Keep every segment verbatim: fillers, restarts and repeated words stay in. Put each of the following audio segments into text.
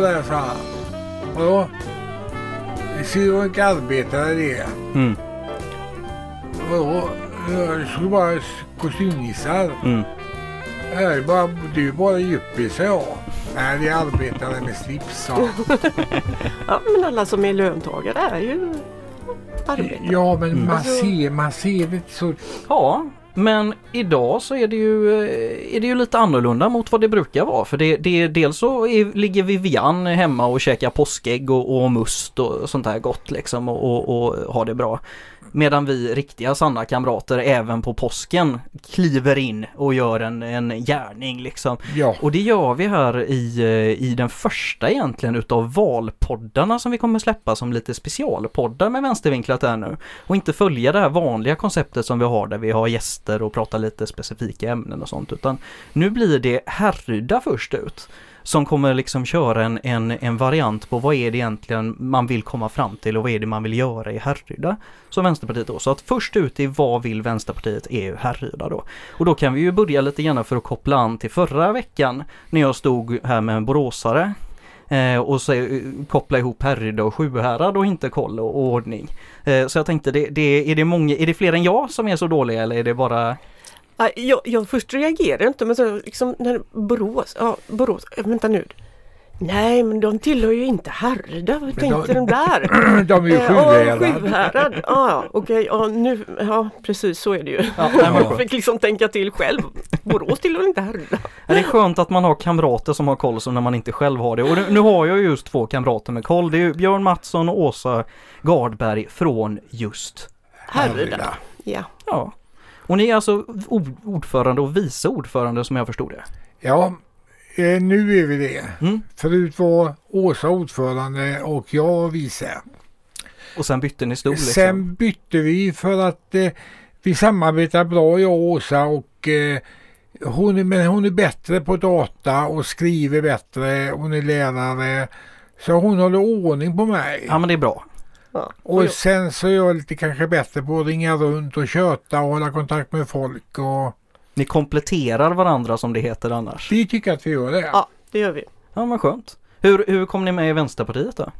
det, sa han. Vadå? Det ser ju inte arbetare det. Mm. Vadå? Jag skulle bara kostymnissar. Mm. Det är bara, det är bara djupis, ja. Nej, det är arbetare med slips, sa han. Ja, men alla som är löntagare är ju arbetare. Ja, men Mm. man, Alltså- ser, man ser det så... Ja, men idag så är det ju, är det ju lite annorlunda mot vad det brukar vara. För det, det, dels så är, ligger Vivian hemma och käkar påskägg och, och must och sånt här gott liksom och, och, och har det bra. Medan vi riktiga sanna kamrater även på påsken kliver in och gör en, en gärning liksom. Ja. Och det gör vi här i, i den första egentligen utav valpoddarna som vi kommer släppa som lite specialpoddar med vänstervinklat här nu. Och inte följa det här vanliga konceptet som vi har där vi har gäster och pratar lite specifika ämnen och sånt. Utan nu blir det Härryda först ut. Som kommer liksom köra en, en, en variant på vad är det egentligen man vill komma fram till och vad är det man vill göra i Härryda som Vänsterpartiet då. Så att först ut i vad vill Vänsterpartiet är ju Härryda då. Och då kan vi ju börja lite grann för att koppla an till förra veckan när jag stod här med en boråsare eh, och så, eh, koppla ihop Härryda och Sjuhärad och inte koll och, och ordning. Eh, så jag tänkte, det, det, är, det många, är det fler än jag som är så dåliga eller är det bara... Jag, jag först reagerade inte, men så liksom när Borås, ja Borås, vänta nu. Nej, men de tillhör ju inte Härryda, vad tänkte de där? De är ju Eh, Sjuhärad. Ja, Sjuhärad, ja okej, ja nu, ja precis så är det ju. Ja, nej, men- Jag fick liksom tänka till själv. Borås tillhör inte Härryda. Ja, det är skönt att man har kamrater som har koll som när man inte själv har det. Och nu, nu har jag just två kamrater med koll. Det är ju Björn Mattsson och Åsa Gardberg från just Härryda, ja. Ja. Och ni är alltså ord- ordförande och vice ordförande som jag förstod det. Ja, eh, nu är vi det. Mm. Förut var Åsa ordförande och jag vice. Och sen bytte ni stol liksom. Sen bytte vi för att eh, vi samarbetar bra, jag och Åsa, och eh, hon, är, men hon är bättre på data och skriver bättre, hon är lärare, så hon håller ordning på mig. Ja, men det är bra. Ja. Och sen så är jag lite kanske bättre på att ringa runt och köta och hålla kontakt med folk, och Ni kompletterar varandra som det heter annars. vi tycker att vi gör det. Ja, det gör vi. Ja, men skönt. Hur, hur kom ni med i Vänsterpartiet då?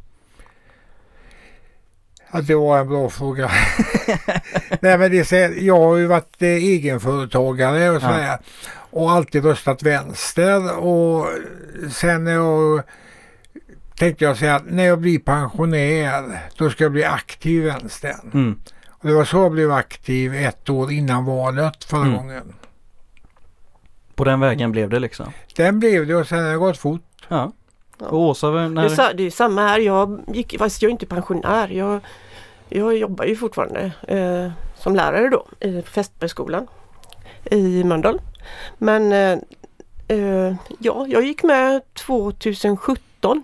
Ja, det var en bra fråga. Nej, men det är så här, jag har ju varit eh, egenföretagare och sådär, Ja. och alltid röstat vänster, och sen när jag tänkte jag säga att när jag blir pensionär då ska jag bli aktiv i vänstern. Mm. Och det var så jag blev aktiv ett år innan valet förra Mm. gången. På den vägen blev det liksom. Den blev det, och sen har det gått fort. Ja. Ja. Och Åsa, Det är, när... sa, det är samma här, jag gick, fast jag är inte pensionär, jag, jag jobbar ju fortfarande eh, som lärare då i Fästbergsskolan i Mölndal. Men eh, eh, ja, jag gick med tjugosjutton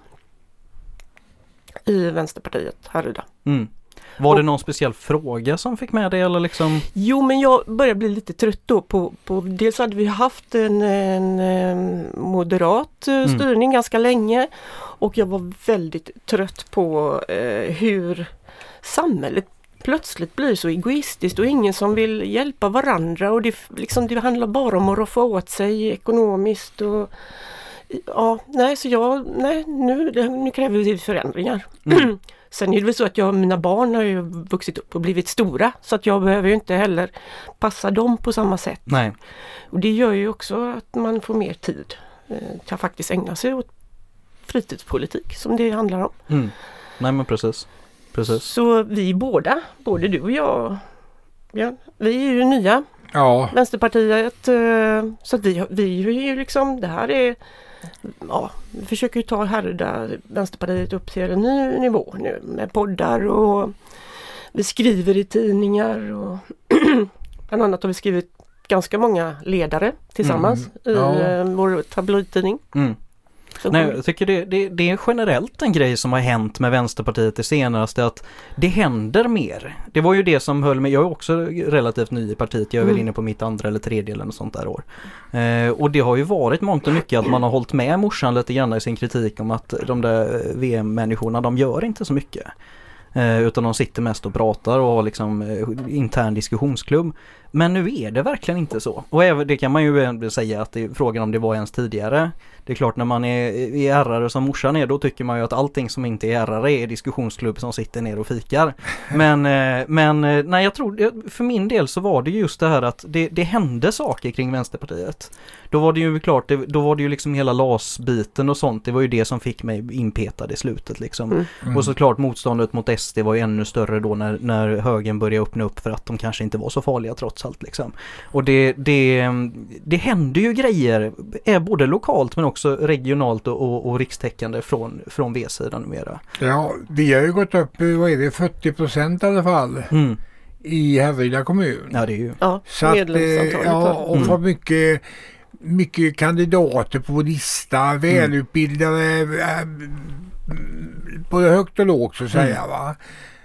i Vänsterpartiet Härryda. Mm. Var det Och- någon speciell fråga som fick med det eller liksom? Jo, men jag började bli lite trött då på, på dels hade vi haft en, en, en moderat eh, styrning ganska länge, och jag var väldigt trött på eh, hur samhället plötsligt blir så egoistiskt och ingen som vill hjälpa varandra, och det, liksom, det handlar bara om att roffa åt sig ekonomiskt och ja, nej, så jag, nej, nu, nu kräver vi förändringar. Mm. Sen är det väl så att jag, mina barn har ju vuxit upp och blivit stora, så att jag behöver ju inte heller passa dem på samma sätt. Nej. Och det gör ju också att man får mer tid eh, till att faktiskt ägna sig åt fritidspolitik som det handlar om. Mm. Nej, men precis. Precis. Så vi båda, både du och jag, ja, vi är ju nya Ja, Vänsterpartiet, eh, så att vi, vi är ju liksom, det här är, ja, vi försöker ju ta Härryda Vänsterpartiet upp till en ny nivå nu med poddar, och vi skriver i tidningar, och bland annat har vi skrivit ganska många ledare tillsammans Mm, ja. i eh, vår tabloidtidning. Mm. Så Nej, jag tycker det, det, det är generellt en grej som har hänt med Vänsterpartiet det senaste, att det händer mer. Det var ju det som höll mig, jag är också relativt ny i partiet, jag är väl Mm. inne på mitt andra eller tredje eller något sånt där år. Eh, och det har ju varit mångt och mycket att man har hållit med morsan lite grann i sin kritik om att de där V M-människorna, de gör inte så mycket. Eh, utan de sitter mest och pratar och har liksom eh, intern diskussionsklubb. Men nu är det verkligen inte så. Och även, det kan man ju säga att det är frågan om det var ens tidigare. Det är klart när man är i ärare som morsan är, då tycker man ju att allting som inte är ärare är diskussionsklubb som sitter ner och fikar. Men, eh, men eh, nej, jag tror, för min del så var det just det här att det, det hände saker kring Vänsterpartiet. Då var det ju klart, det, då var det ju liksom hela L A S-biten och sånt. Det var ju det som fick mig inpetad i slutet liksom. Mm. Mm. Och såklart motståndet mot S D var ju ännu större då när, när högern började öppna upp för att de kanske inte var så farliga trots allt liksom. Och det, det, det hände ju grejer, är både lokalt men också regionalt och, och, och rikstäckande från, från V-sidan numera. Ja, vi har ju gått upp, vad är det, fyrtio procent i alla fall. Mm. I Härryda kommun. Ja, det är ju. Ja, så att, ja, och mm. får mycket mycket kandidater på lista, välutbildade mm. både högt och lågt så att säga mm. va.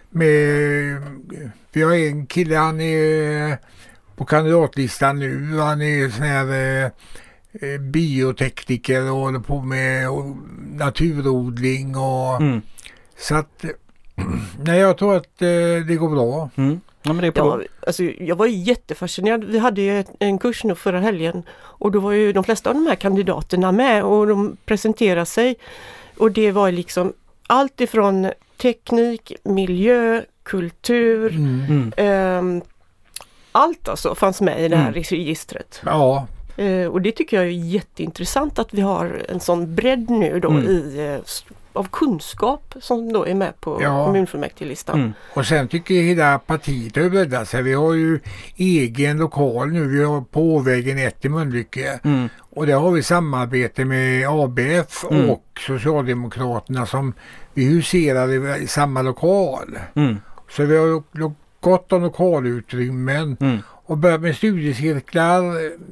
Med, vi har en kille, han är på kandidatlistan nu, han är sån här eh, biotekniker och håller på med och, naturodling och mm. så att nej, jag tror att eh, det går bra. Mm. Ja, men det är på. Ja, alltså, jag var jättefascinerad. Vi hade ju en kurs nu förra helgen och då var ju de flesta av de här kandidaterna med och de presenterade sig. Och det var liksom allt ifrån teknik, miljö, kultur, mm. eh, allt alltså fanns med i det här mm. registret. Ja. Eh, och det tycker jag är jätteintressant att vi har en sån bredd nu då mm. i eh, av kunskap som då är med på ja. kommunfullmäktigelistan. Mm. Och sen tycker jag hela partiet har breddat sig. Vi har ju egen lokal nu. Vi har på vägen ett i Mölnlycke. Mm. Och där har vi samarbete med A B F mm. och Socialdemokraterna som vi huserar i samma lokal. Mm. Så vi har gott om lokalutrymmen mm. och börjat med studiecirklar.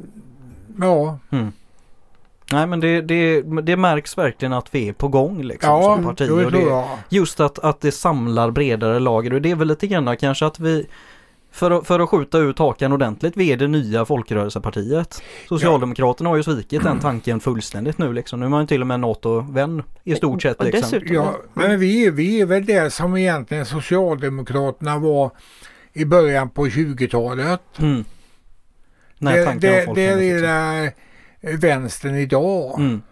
Ja. Mm. Nej, men det, det, det märks verkligen att vi är på gång liksom, ja, som parti. Och det, just att, att det samlar bredare lager. Och det är väl lite grann kanske att vi, för att, för att skjuta ut hakan ordentligt, vi är det nya folkrörelsepartiet. Socialdemokraterna ja. har ju svikit den tanken fullständigt nu. Liksom. Nu är man ju till och med NATO-vän i stort sett. Liksom. Ja, men vi är, vi är väl det som egentligen Socialdemokraterna var i början på tjugotalet. Mm. Nej, det, det, det är det vänstern idag. Mm.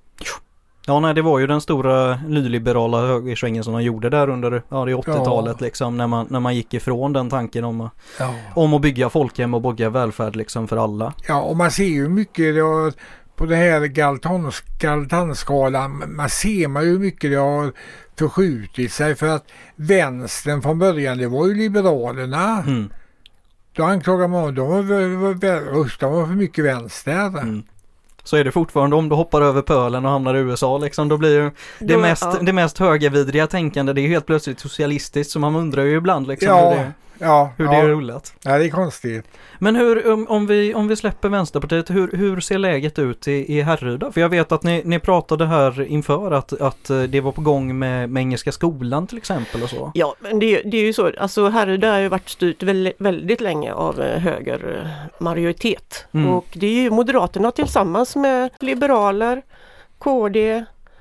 Ja, nej, det var ju den stora nyliberala högersvängen som de gjorde där under ja, det åttiotalet ja. liksom, när man, när man gick ifrån den tanken om, ja. om att bygga folkhem och bygga välfärd liksom för alla. Ja, och man ser ju mycket då, på det här Galtans, Galtanskalan, man ser man ju mycket det har förskjutit sig för att vänstern från början, det var ju liberalerna. Mm. Då anklagar man de var, var, de var för mycket vänster. Mm. Så är det fortfarande om du hoppar över pölen och hamnar i U S A liksom, då blir ju det, då, mest, ja. det mest högervidriga tänkande, det är ju helt plötsligt socialistiskt, så man undrar ju ibland liksom, ja, hur det, ja, hur ja. det är rullat. Ja, det är konstigt. Men hur, om, om, vi, om vi släpper Vänsterpartiet, hur, hur ser läget ut i, i Härryda? För jag vet att ni, ni pratade här inför att, att det var på gång med, med Engelska skolan till exempel och så. Ja, men det, det är ju så. Alltså Härryda har ju varit styrt väldigt, väldigt länge av höger majoritet. Mm. Och det är ju Moderaterna tillsammans med liberaler, K D,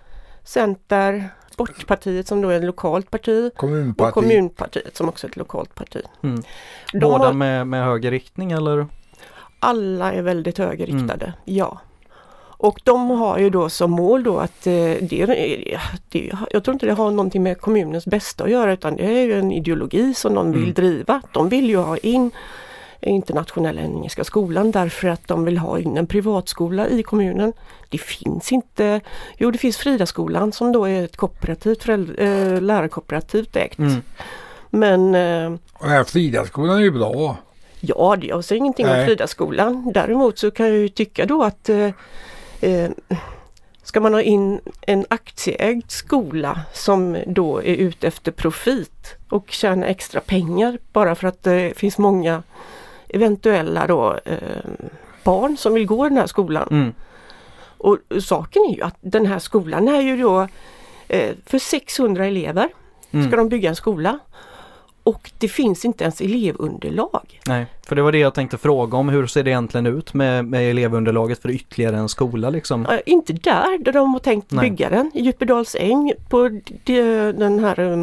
Center, Sportpartiet som då är ett lokalt parti Kommunparti. och Kommunpartiet som också är ett lokalt parti. Mm. Båda har, med, med höger riktning eller? Alla är väldigt högerriktade, mm. ja. Och de har ju då som mål då att eh, det, det, jag tror inte det har någonting med kommunens bästa att göra, utan det är ju en ideologi som de vill mm. driva. De vill ju ha in internationella engelska skolan därför att de vill ha in en privatskola i kommunen. Det finns inte, jo det finns Fridaskolan som då är ett kooperativt, föräldra, äh, lärarkooperativt ägt. Mm. Men... Äh, och här Fridaskolan är ju bra. Ja, det, jag säger ingenting Nej. om Fridaskolan. Däremot så kan jag ju tycka då att äh, äh, ska man ha in en aktieägd skola som då är ute efter profit och tjäna extra pengar bara för att det finns många eventuella då, eh, barn som vill gå i den här skolan. Mm. Och saken är ju att den här skolan är ju då eh, för sexhundra elever mm. ska de bygga en skola. Och det finns inte ens elevunderlag. Nej, för det var det jag tänkte fråga om. Hur ser det egentligen ut med, med elevunderlaget för ytterligare en skola? Liksom? Äh, inte där, där de har tänkt Nej. bygga den. I Djupedalsäng på de, den här um,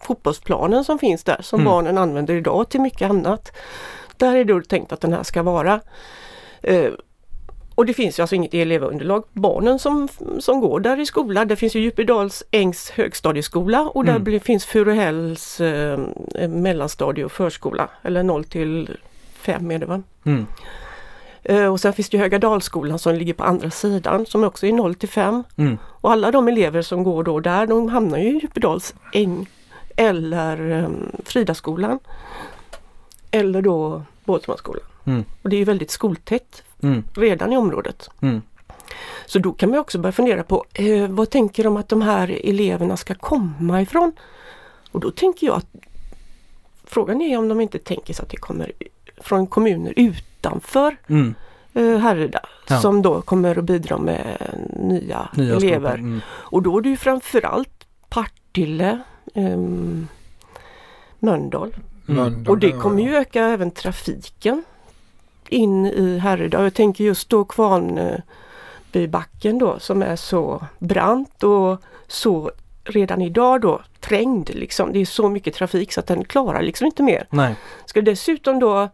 fotbollsplanen som finns där som Mm. barnen använder idag till mycket annat. Där är det då tänkt att den här ska vara. Eh, och det finns ju alltså inget elevunderlag. Barnen som, som går där i skola, det finns ju Djupedals Ängs högstadieskola och där Mm. blir, finns Furuhälls eh, mellanstadie och förskola. Eller noll till fem är det va? Mm. Eh, och sen finns det ju Högadalsskolan som ligger på andra sidan som också är noll till fem. Mm. Och alla de elever som går då där, de hamnar ju i Djupedals Äng eller um, Fridaskolan. Eller då Båtsmansskolan. Mm. Och det är ju väldigt skoltätt Mm. redan i området. Mm. Så då kan man också börja fundera på eh, vad tänker de att de här eleverna ska komma ifrån? Och då tänker jag att frågan är om de inte tänker sig att det kommer från kommuner utanför Mm. eh, Härryda Ja. som då kommer att bidra med nya, Nya elever. skapare. Mm. Och då är det ju framförallt Partille, um, Mölndal. Mölndal, Och det ja. kommer ju öka även trafiken in i Härryda. Jag tänker just då Kvarnbybacken då som är så brant och så redan idag då trängd liksom. Det är så mycket trafik så att den klarar liksom inte mer. Nej. Ska dessutom då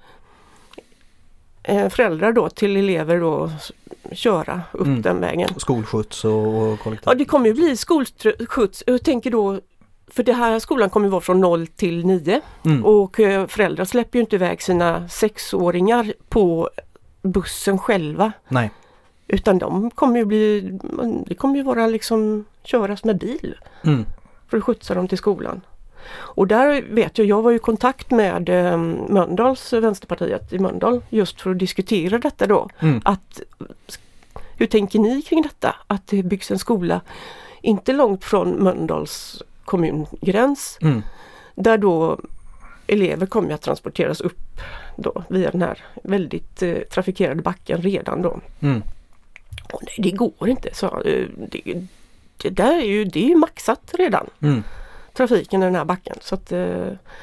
eh, föräldrar då till elever då s- köra upp Mm. den vägen. Skolskjuts och, och kollektiv. Ja, det kommer ju bli skolskjuts. Jag tänker då, för det här skolan kommer ju vara från noll till nio Mm. och eh, föräldrar släpper ju inte iväg sina sexåringar på bussen själva. Nej. Utan de kommer ju bli, det kommer ju vara liksom köras med bil Mm. för att skjutsa dem till skolan. Och där vet jag, jag var ju i kontakt med eh, Mölndals Vänsterpartiet i Mölndal just för att diskutera detta då. Mm. Att, hur tänker ni kring detta? Att det byggs en skola inte långt från Mölndals kommungräns Mm. där då elever kommer att transporteras upp då via den här väldigt eh, trafikerade backen redan då. Mm. Och nej, det går inte. Så, eh, det, det där är ju, det är ju maxat redan. Mm. Trafiken i den här backen. Så att, eh,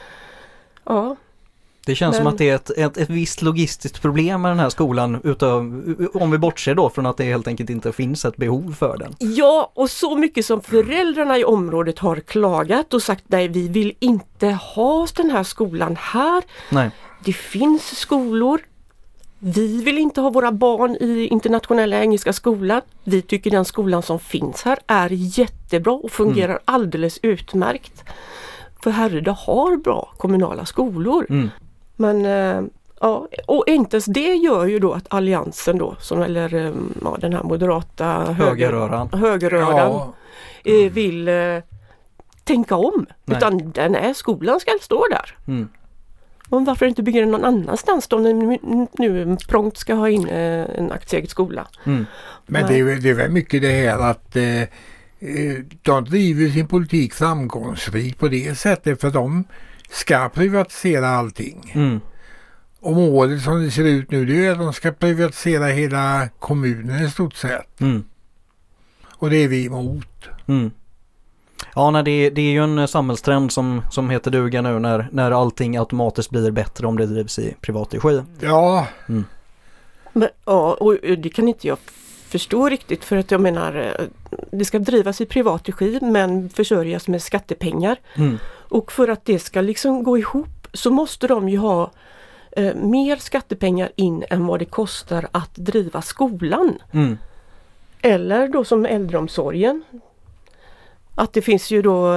ja. Det känns Men- som att det är ett, ett, ett visst logistiskt problem med den här skolan utav, om vi bortser då från att det helt enkelt inte finns ett behov för den. Ja, och så mycket som föräldrarna i området har klagat och sagt nej, vi vill inte ha den här skolan här. Nej. Det finns skolor. Vi vill inte ha våra barn i internationella engelska skolan. Vi tycker den skolan som finns här är jättebra och fungerar Mm. alldeles utmärkt. För Härryda har bra kommunala skolor. Mm. Men eh, ja, och inte ens det gör ju då att alliansen då, som eller eh, ja, den här moderata höger, Högerröran. högerröran Ja, eh, vill eh, tänka om. Nej. Utan den är, skolan ska stå där. Mm. Och varför inte bygga den någon annanstans då när nu, nu prompt ska ha in eh, en aktieägd skola? Mm. men det är, väl- det är väl mycket det här att eh, eh, de driver sin politik framgångsrikt på det sättet för de ska privatisera allting. Mm. Och målet som det ser ut nu det är att de ska privatisera hela kommunen i stort sett. Mm. Och det är vi emot. Mm. Ja, nej, det, det är ju en samhällstrend som, som heter duga nu när, när allting automatiskt blir bättre om det drivs i privat regi. Ja, Men, ja, och eh, det kan inte jag förstå riktigt för att jag menar eh, det ska drivas i privat regi men försörjas med skattepengar. Mm. Och för att det ska liksom gå ihop så måste de ju ha eh, mer skattepengar in än vad det kostar att driva skolan. Mm. Eller då som äldreomsorgen. Att det finns ju då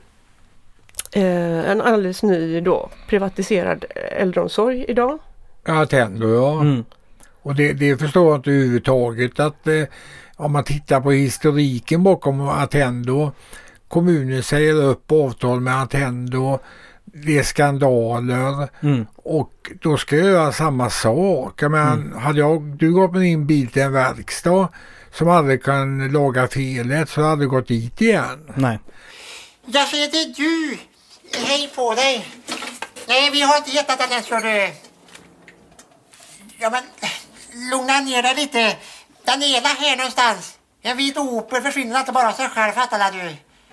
eh, en alldeles ny då privatiserad äldreomsorg idag. Attendo ja. Mm. Och det, det förstår jag inte överhuvudtaget att eh, om man tittar på historiken bakom Attendo, kommunen säger upp avtal med Attendo, det är skandaler Mm. och då ska jag göra samma sak. Jag menar, Mm. hade jag, du gått med din bil till en verkstad som aldrig kan laga felet så hade jag gått dit igen. Nej. Därför är det du. Hej på dig. Nej, vi har inte hittat den än, så du. Ja, men lugna ner dig lite. Daniela här någonstans. En vit Opel försvinner inte bara av sig själv, fattar du?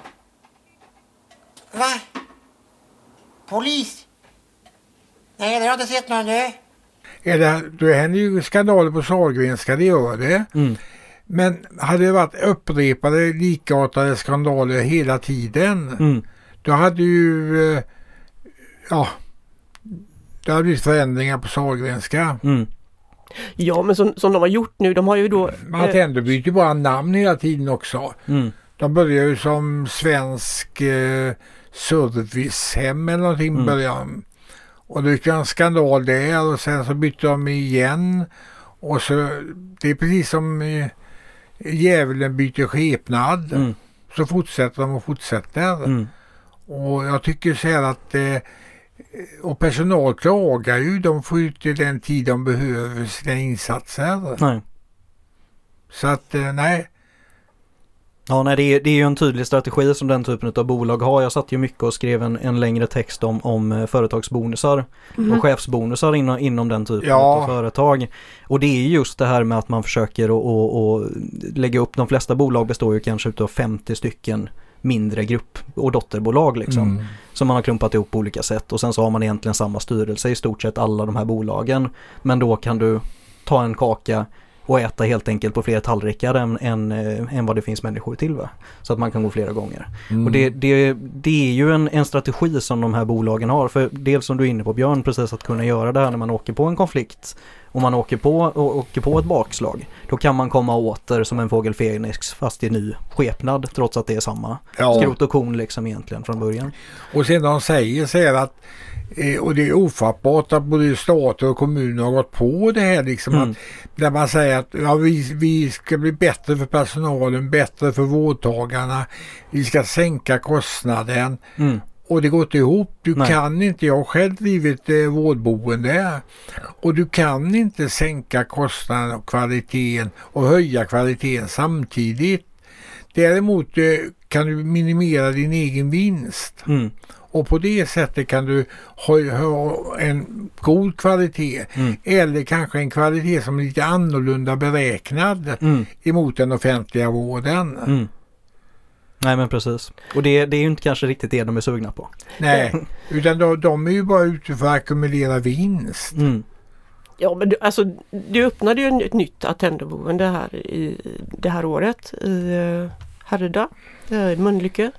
Va? Polis? Nej, det har jag inte sett någon nu. Är det, då händer ju skandaler på Sahlgrenska, det gör det. Mm. Men hade det varit upprepade likartade skandaler hela tiden Mm. då hade ju eh, ja, det hade blivit förändringar på Sahlgrenska. Mm. Ja, men som, som de har gjort nu, de har ju då... Man eh, ändå byter ju bara namn hela tiden också. Mm. De börjar ju som svensk eh, servicehem eller någonting Mm. början. Och det är en skandal där och sen så bytte de igen. Och så, det är precis som eh, djävulen byter skepnad. Mm. Så fortsätter de och fortsätter. Mm. Och jag tycker så här att eh, och personal klagar ju, de får ju inte den tid de behöver för sina insatser. Nej. Så att eh, nej. Ja, nej, det är, det är ju en tydlig strategi som den typen av bolag har. Jag satt ju mycket och skrev en, en längre text om, om företagsbonusar Mm. och chefsbonusar inom, inom den typen Ja. av företag. Och det är just det här med att man försöker att, att, att lägga upp, de flesta bolag består ju kanske utav femtio stycken mindre grupp och dotterbolag liksom. Mm. Som man har klumpat ihop på olika sätt och sen så har man egentligen samma styrelse i stort sett alla de här bolagen. Men då kan du ta en kaka och äta helt enkelt på fler tallrikar än, än, äh, än vad det finns människor till, va? Så att man kan gå flera gånger. Mm. Och det, det, det är ju en, en strategi som de här bolagen har. För dels som du är inne på, Björn, precis att kunna göra det här när man åker på en konflikt. Om man åker på, och, åker på ett bakslag, då kan man komma åter som en fågel Fenix fast i ny skepnad trots att det är samma Ja. skrot och korn liksom egentligen från början. Och sen de säger så här att eh, och det är ofattbart att både stater och kommuner har gått på det här liksom Mm. att där man säger att ja, vi, vi ska bli bättre för personalen, bättre för vårdtagarna, vi ska sänka kostnaden. Mm. Och det går inte ihop. Du Nej. kan inte, jag har själv drivit eh, vårdboende och du kan inte sänka kostnaden och kvaliteten och höja kvaliteten samtidigt. Däremot eh, kan du minimera din egen vinst Mm. och på det sättet kan du ha, ha en god kvalitet Mm. eller kanske en kvalitet som är lite annorlunda beräknad Mm. emot den offentliga vården. Mm. Nej, men precis. Och det, det är ju inte kanske riktigt det de är sugna på. Nej, utan de, de är ju bara ute för att ackumulera vinst. Mm. Ja, men det, alltså, det öppnade ju ett nytt Attendoboende här i det här året i eh, Härryda, eh, Mölnlycke.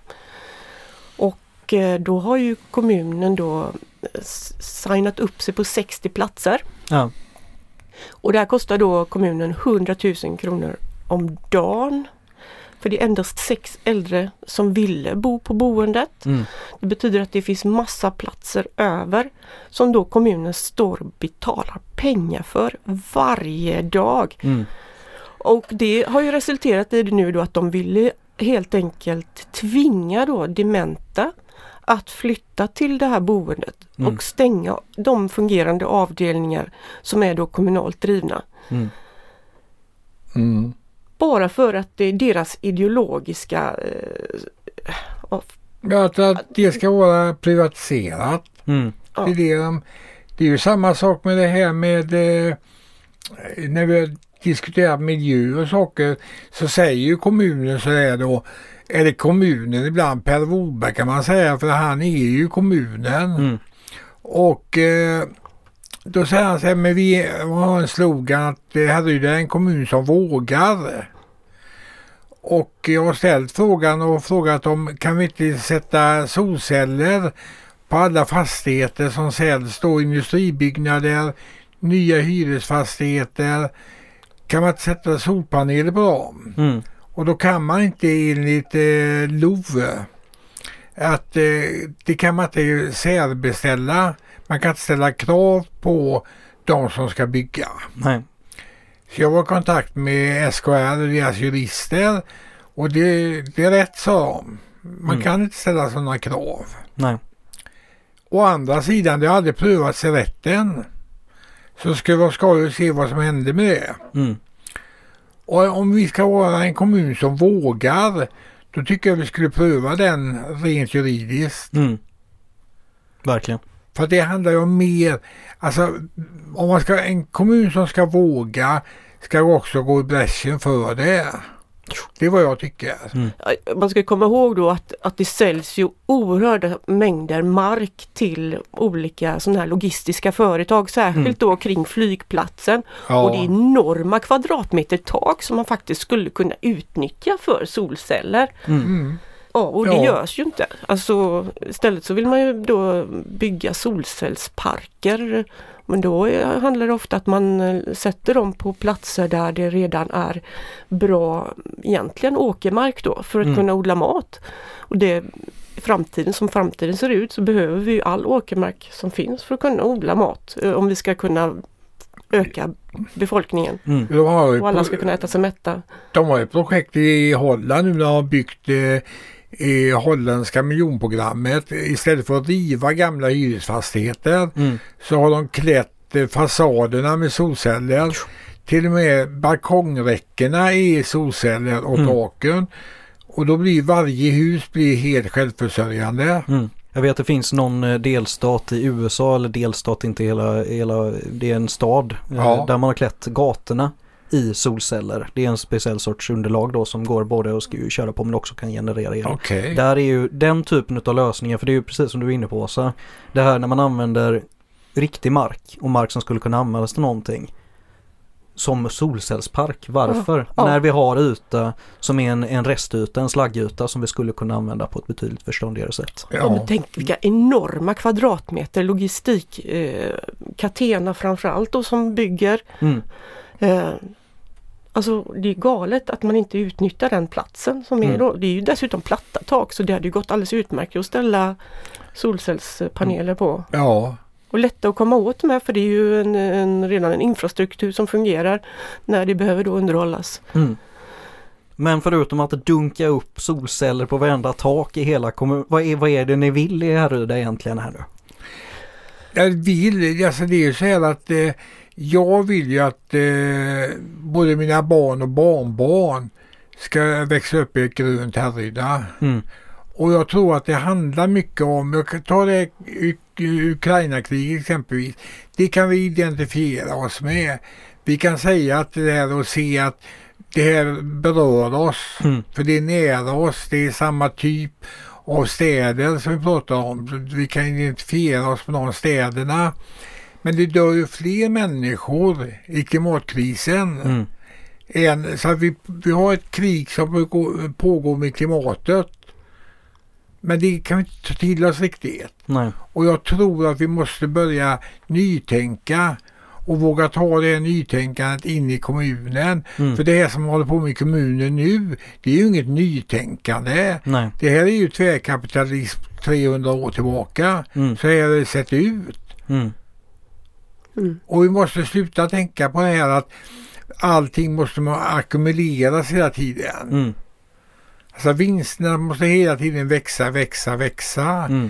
Och eh, då har ju kommunen då s- signat upp sig på sextio platser. Ja. Och det här kostar då kommunen hundratusen kronor om dagen. För det är endast sex äldre som ville bo på boendet. Mm. Det betyder att det finns massa platser över som då kommunen står och betalar pengar för varje dag. Mm. Och det har ju resulterat i det nu då att de ville helt enkelt tvinga då dementa att flytta till det här boendet Mm. och stänga de fungerande avdelningar som är då kommunalt drivna. Mm. Mm. Bara för att det är deras ideologiska eh, av- Ja, att, att det ska vara privatiserat. Mm. Ja. Det, är det, de- det är ju samma sak med det här med eh, när vi diskuterar miljö och saker så säger ju kommunen så här då, är det kommunen ibland, Per Woberg kan man säga, för han är ju kommunen. Mm. Och eh, då säger han så här, men vi har en slogan att det här är en kommun som vågar. Och jag har ställt frågan och frågat om kan vi inte sätta solceller på alla fastigheter som säljs då, industribyggnader, nya hyresfastigheter. Kan man inte sätta solpaneler på dem? Mm. Och då kan man inte enligt eh, L O V att eh, det kan man inte särbeställa. Man kan inte ställa krav på de som ska bygga. Nej. Så jag var i kontakt med S K R och deras jurister och det, det är rätt, sa de. Man Mm. kan inte ställa sådana krav. Nej. Å andra sidan, det har aldrig prövats i rätten. Så ska vi ska ju se vad som händer med det. Mm. Och om vi ska vara en kommun som vågar, då tycker jag vi skulle pröva den rent juridiskt. Mm. Verkligen. För det handlar ju om mer, alltså om man ska, en kommun som ska våga ska också gå i bräschen för det. Det är vad jag tycker. Mm. Man ska komma ihåg då att, att det säljs ju oerhörda mängder mark till olika sådana här logistiska företag, särskilt Mm. då kring flygplatsen. Ja. Och det är enorma kvadratmeter tak som man faktiskt skulle kunna utnyttja för solceller. Mm. Mm. Ja, och det Ja. görs ju inte. Alltså, istället så vill man ju då bygga solcellsparker. Men då är, handlar det ofta att man eh, sätter dem på platser där det redan är bra, egentligen åkermark då, för att Mm. kunna odla mat. Och det i framtiden, som framtiden ser ut, så behöver vi ju all åkermark som finns för att kunna odla mat. eh, Om vi ska kunna öka befolkningen Mm. De har, ju och alla pro- ska kunna äta sig mätta. de har ett projekt i Holland nu när de har byggt eh, i holländska miljonprogrammet. Istället för att riva gamla hyresfastigheter Mm. så har de klätt eh, fasaderna med solceller. Till och med balkongräckena är solceller och Mm. taken. Och då blir varje hus blir helt självförsörjande. Mm. Jag vet att det finns någon eh, delstat i U S A, eller delstat, inte hela, hela det är en stad eh, Ja. där man har klätt gatorna i solceller. Det är en speciell sorts underlag då som går både att sk- köra på men också kan generera el. Okej. Där är ju den typen av lösningar, för det är ju precis som du är inne på, så det här när man använder riktig mark och mark som skulle kunna användas till någonting som solcellspark. Varför? Ja, ja. När vi har yta som är en, en restyta, en slaggyta som vi skulle kunna använda på ett betydligt förståndigare sätt. Ja. Ja. Men tänk vilka enorma kvadratmeter logistik, eh, Catena framförallt då, som bygger. Mm. Eh, alltså det är galet att man inte utnyttjar den platsen som är Mm. då. Det är ju dessutom platta tak, så det hade ju gått alldeles utmärkt att ställa solcellspaneler på. Ja. Och lätta att komma åt med, för det är ju en, en, redan en infrastruktur som fungerar när det behöver då underhållas. Mm. Men förutom att dunka upp solceller på varenda tak i hela kommunen, vad är, vad är det ni vill i Härryda egentligen här nu? Jag vill, alltså det är ju så här att eh, jag vill ju att eh, både mina barn och barnbarn ska växa upp i ett grönt Härryda. Mm. Och jag tror att det handlar mycket om, jag kan ta det U- Ukraina-kriget exempelvis, det kan vi identifiera oss med. Vi kan säga att det här och se att det här berör oss, Mm. för det är nära oss, det är samma typ av städer som vi pratar om. Så vi kan identifiera oss med de städerna. Men det dör ju fler människor i klimatkrisen. Mm. Än, så att vi, vi har ett krig som pågår, pågår med klimatet. Men det kan vi inte ta till oss riktigt. Nej. Och jag tror att vi måste börja nytänka och våga ta det nytänkandet in i kommunen. Mm. För det här som håller på med kommunen nu, det är ju inget nytänkande. Nej. Det här är ju tvärkapitalism trehundra år tillbaka. Mm. Så här har det sett ut. Mm. Mm. Och vi måste sluta tänka på det här att allting måste man ackumuleras hela tiden. Mm. Alltså vinsterna måste hela tiden växa, växa, växa. Mm.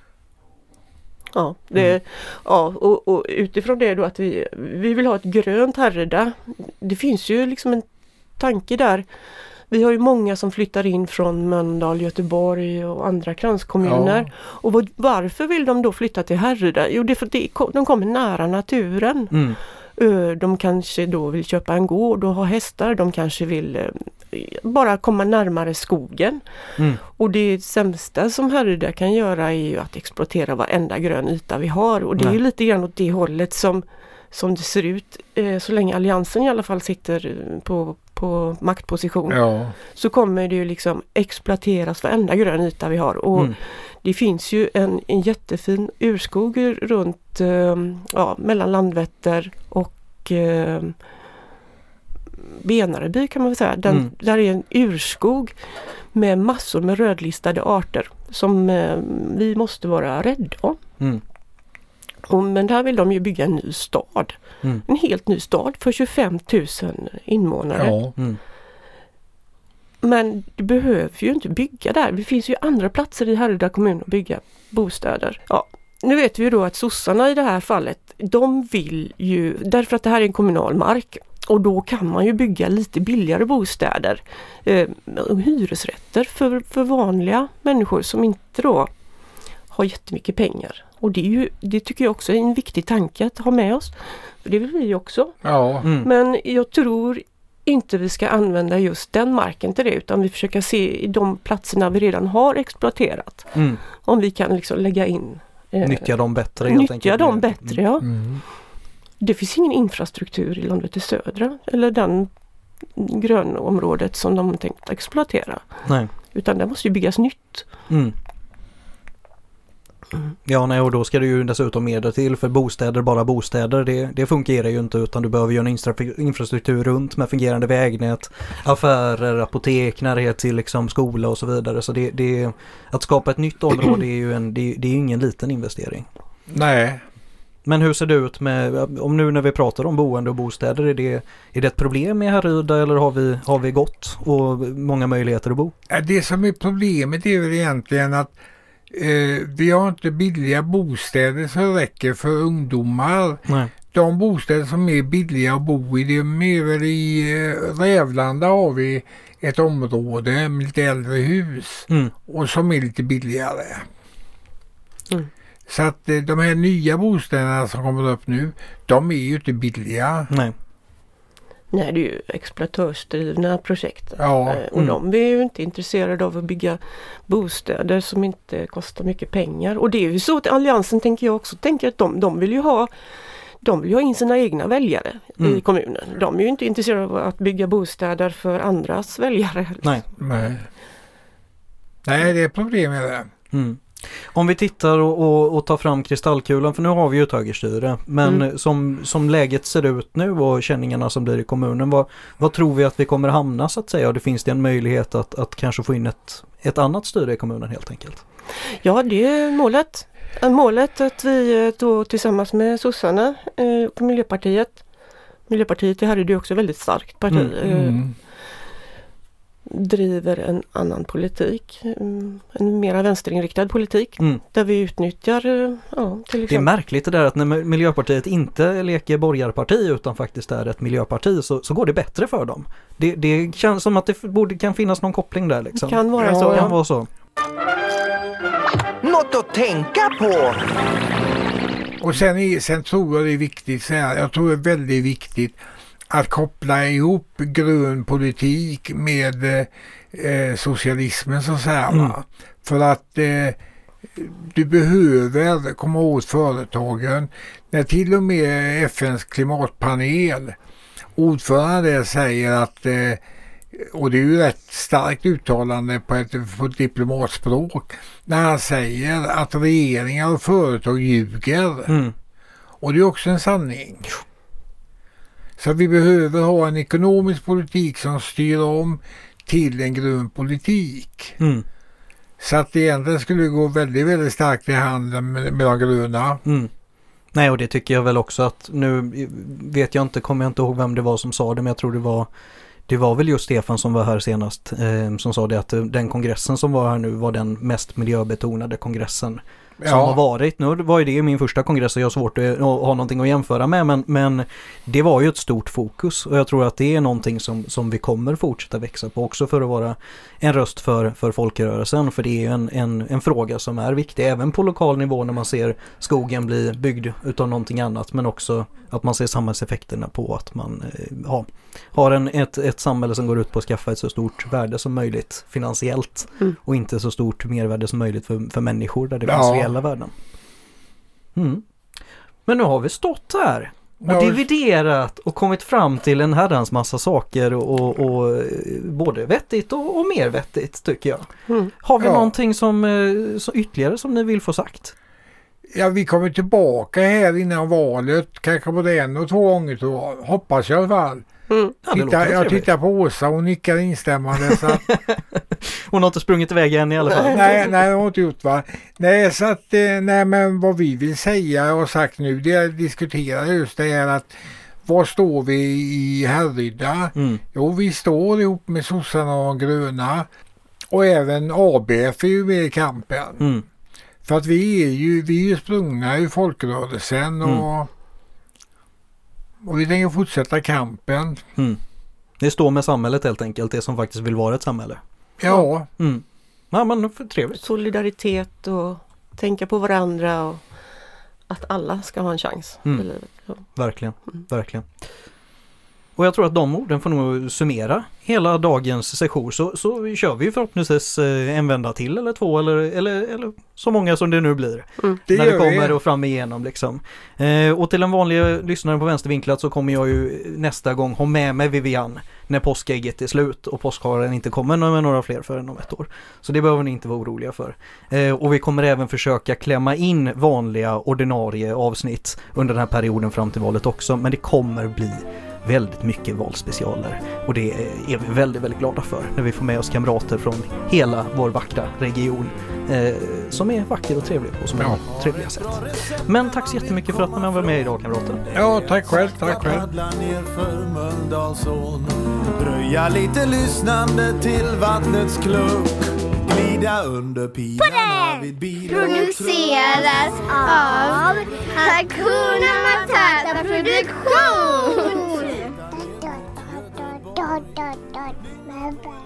Ja, det, ja och, och utifrån det då att vi, vi vill ha ett grönt Härryda. Det finns ju liksom en tanke där. Vi har ju många som flyttar in från Mölndal, Göteborg och andra kranskommuner. Ja. Och vad, varför vill de då flytta till Härryda? Jo, det är för att det, de kommer nära naturen. Mm. Ö, De kanske då vill köpa en gård och ha hästar. De kanske vill eh, bara komma närmare skogen. Mm. Och det sämsta som Härryda kan göra är ju att exploatera varenda grön yta vi har. Och det är Nej. ju lite grann åt det hållet som, som det ser ut. Eh, så länge Alliansen i alla fall sitter på, på maktposition. Ja. Så kommer det ju liksom exploateras varenda grön yta vi har. Och Mm. det finns ju en, en jättefin urskog runt, eh, ja, mellan Landvetter och eh, Benareby kan man väl säga. Den, Mm. Där är en urskog med massor med rödlistade arter som eh, vi måste vara rädda om. Mm. Och, men där vill de ju bygga en ny stad. Mm. En helt ny stad för tjugofem tusen invånare. Ja. Mm. Men det behöver ju inte bygga där. Det finns ju andra platser i Härryda kommun att bygga bostäder. Ja, nu vet vi ju då att sossarna i det här fallet, de vill ju, därför att det här är en kommunal mark, och då kan man ju bygga lite billigare bostäder. Eh, hyresrätter för, för vanliga människor som inte då har jättemycket pengar. Och det, är ju, det tycker jag också är en viktig tanke att ha med oss. För det vill vi också. Ja. Mm. Men jag tror inte vi ska använda just den marken till det, utan vi försöker se i de platserna vi redan har exploaterat. Mm. Om vi kan liksom lägga in... Eh, Nyttja dem bättre helt nyttja enkelt. dem bättre, ja. Mm. Det finns ingen infrastruktur i Landvetter södra eller den grönområdet som de har tänkt exploatera. Nej. Utan det måste ju byggas nytt. Mm. Mm. Ja, nej, och då ska det ju dessutom medel till, för bostäder, bara bostäder, det, det fungerar ju inte, utan du behöver ju en infra- infrastruktur runt med fungerande vägnät, affärer, apotek, närhet till liksom skola och så vidare. Så det, det, att skapa ett nytt område är ju en, det, det är ju ingen liten investering. Nej. Men hur ser det ut med, om nu när vi pratar om boende och bostäder, är det, är det ett problem med Härryda, eller har vi, har vi gott och många möjligheter att bo? Det som är problemet är väl egentligen att eh, vi har inte billiga bostäder som räcker för ungdomar. Nej. De bostäder som är billiga att bo i, det är mer väl i eh, Rävlanda har vi ett område med lite äldre hus Mm. och som är lite billigare. Mm. Så att eh, de här nya bostäderna som kommer upp nu, de är ju inte billiga. Nej. Nej, det är ju exploatörsdrivna projekt. Ja. Eh, Och Mm. de är ju inte intresserade av att bygga bostäder som inte kostar mycket pengar. Och det är ju så att Alliansen, tänker jag också, tänker att de, de vill ju ha de vill ju ha in sina egna väljare Mm. i kommunen. De är ju inte intresserade av att bygga bostäder för andras väljare. Nej. Nej, Nej det är problem med det. Mm. Om vi tittar och, och, och tar fram kristallkulan, för nu har vi ju ett högerstyre, men Mm. som, som läget ser ut nu och känningarna som blir i kommunen, vad, vad tror vi att vi kommer hamna så att säga, och det finns det en möjlighet att, att kanske få in ett, ett annat styre i kommunen helt enkelt? Ja, det är målet. Målet att vi då tillsammans med sossarna eh, och Miljöpartiet, Miljöpartiet är ju också väldigt starkt parti, Mm. eh, Mm. driver en annan politik, mm, en mera vänsterinriktad politik, Mm. där vi utnyttjar, eh, ja, till Det är exempel. märkligt det där att när Miljöpartiet inte leker borgarparti utan faktiskt är ett miljöparti, så, så går det bättre för dem. Det, det känns som att det borde, kan finnas någon koppling där liksom. Det kan vara Ja, så. Det kan Ja. vara så. Något att tänka på! Och sen, är, sen tror jag det är viktigt, så här, jag tror det är väldigt viktigt att koppla ihop grön politik med eh, socialismen så att säga. Mm. Va? För att eh, du behöver komma åt företagen. När till och med F N:s klimatpanel ordförande säger att, eh, och det är ju rätt starkt uttalande på ett, på ett diplomatspråk, när han säger att regeringar och företag ljuger. Mm. Och det är också en sanning. Så vi behöver ha en ekonomisk politik som styr om till en grön politik. Mm. Så att det egentligen skulle gå väldigt, väldigt starkt i handeln med, med de gröna. Mm. Nej, och det tycker jag väl också att, nu vet jag inte, kommer jag inte ihåg vem det var som sa det, men jag tror det var det var väl just Stefan som var här senast eh, som sa det, att den kongressen som var här nu var den mest miljöbetonade kongressen som Ja. har varit. Nu var ju det min första kongress och jag har svårt att, att ha någonting att jämföra med, men, men det var ju ett stort fokus, och jag tror att det är någonting som, som vi kommer fortsätta växa på också, för att vara en röst för, för folkrörelsen, för det är ju en, en, en fråga som är viktig även på lokal nivå när man ser skogen bli byggd utav någonting annat, men också att man ser samhällseffekterna på att man eh, ha, har en, ett, ett samhälle som går ut på att skaffa ett så stort värde som möjligt finansiellt Mm. och inte så stort mervärde som möjligt för, för människor där det Ja. finns reella värden. Mm. Men nu har vi stått här och Ja. dividerat och kommit fram till en herrans massa saker och, och, och både vettigt och, och mer vettigt tycker jag. Mm. Har vi Ja. någonting som, eh, så ytterligare som ni vill få sagt? Ja, vi kommer tillbaka här innan valet, kanske både en och två gånger tror jag. Hoppas jag i alla fall. Mm. Ja, det låter Titta, jag trevligt. tittar på Åsa, hon nickar instämmande. Så att, Hon har inte sprungit iväg än i alla fall. nej, nej, det har inte gjort va. Nej, så att, eh, nej men vad vi vill säga och sagt nu, det jag diskuterar just det är att var står vi i Härryda? Mm. Jo, vi står ihop med sossarna och de gröna. Och även A B F är ju med i kampen. Mm. För att vi är ju, vi är ju sprungna i folkrörelsen och, Mm. och vi tänker fortsätta kampen. Mm. Det står med samhället helt enkelt, det som faktiskt vill vara ett samhälle. Ja, Mm. Ja, men för trevligt. Solidaritet och tänka på varandra och att alla ska ha en chans Mm. i livet. Ja. Verkligen, Mm. verkligen. Och jag tror att de orden får nog summera hela dagens session. Så, så kör vi förhoppningsvis en vända till eller två eller, eller, eller så många som det nu blir. Mm. Det när det gör kommer vi. och fram igenom liksom. Eh, och till en vanlig lyssnare på vänstervinklat så kommer jag ju nästa gång ha med mig Vivian när påskägget är slut och påskharen inte kommer med några fler förrän om ett år. Så det behöver ni inte vara oroliga för. Eh, och vi kommer även försöka klämma in vanliga ordinarie avsnitt under den här perioden fram till valet också. Men det kommer bli väldigt mycket valspecialer och det är vi väldigt, väldigt glada för när vi får med oss kamrater från hela vår vackra region eh, som är vacker och trevlig på så många Ja. trevliga sätt. Men tack så jättemycket för att ni var med idag, kamrater. Ja, tack själv, tack själv. Paddla ner för Mölndalsån, dröja lite lyssnande till vattnets klunk, glida under pilarna vid bilen. Produceras av Hakuna Matata Produktion.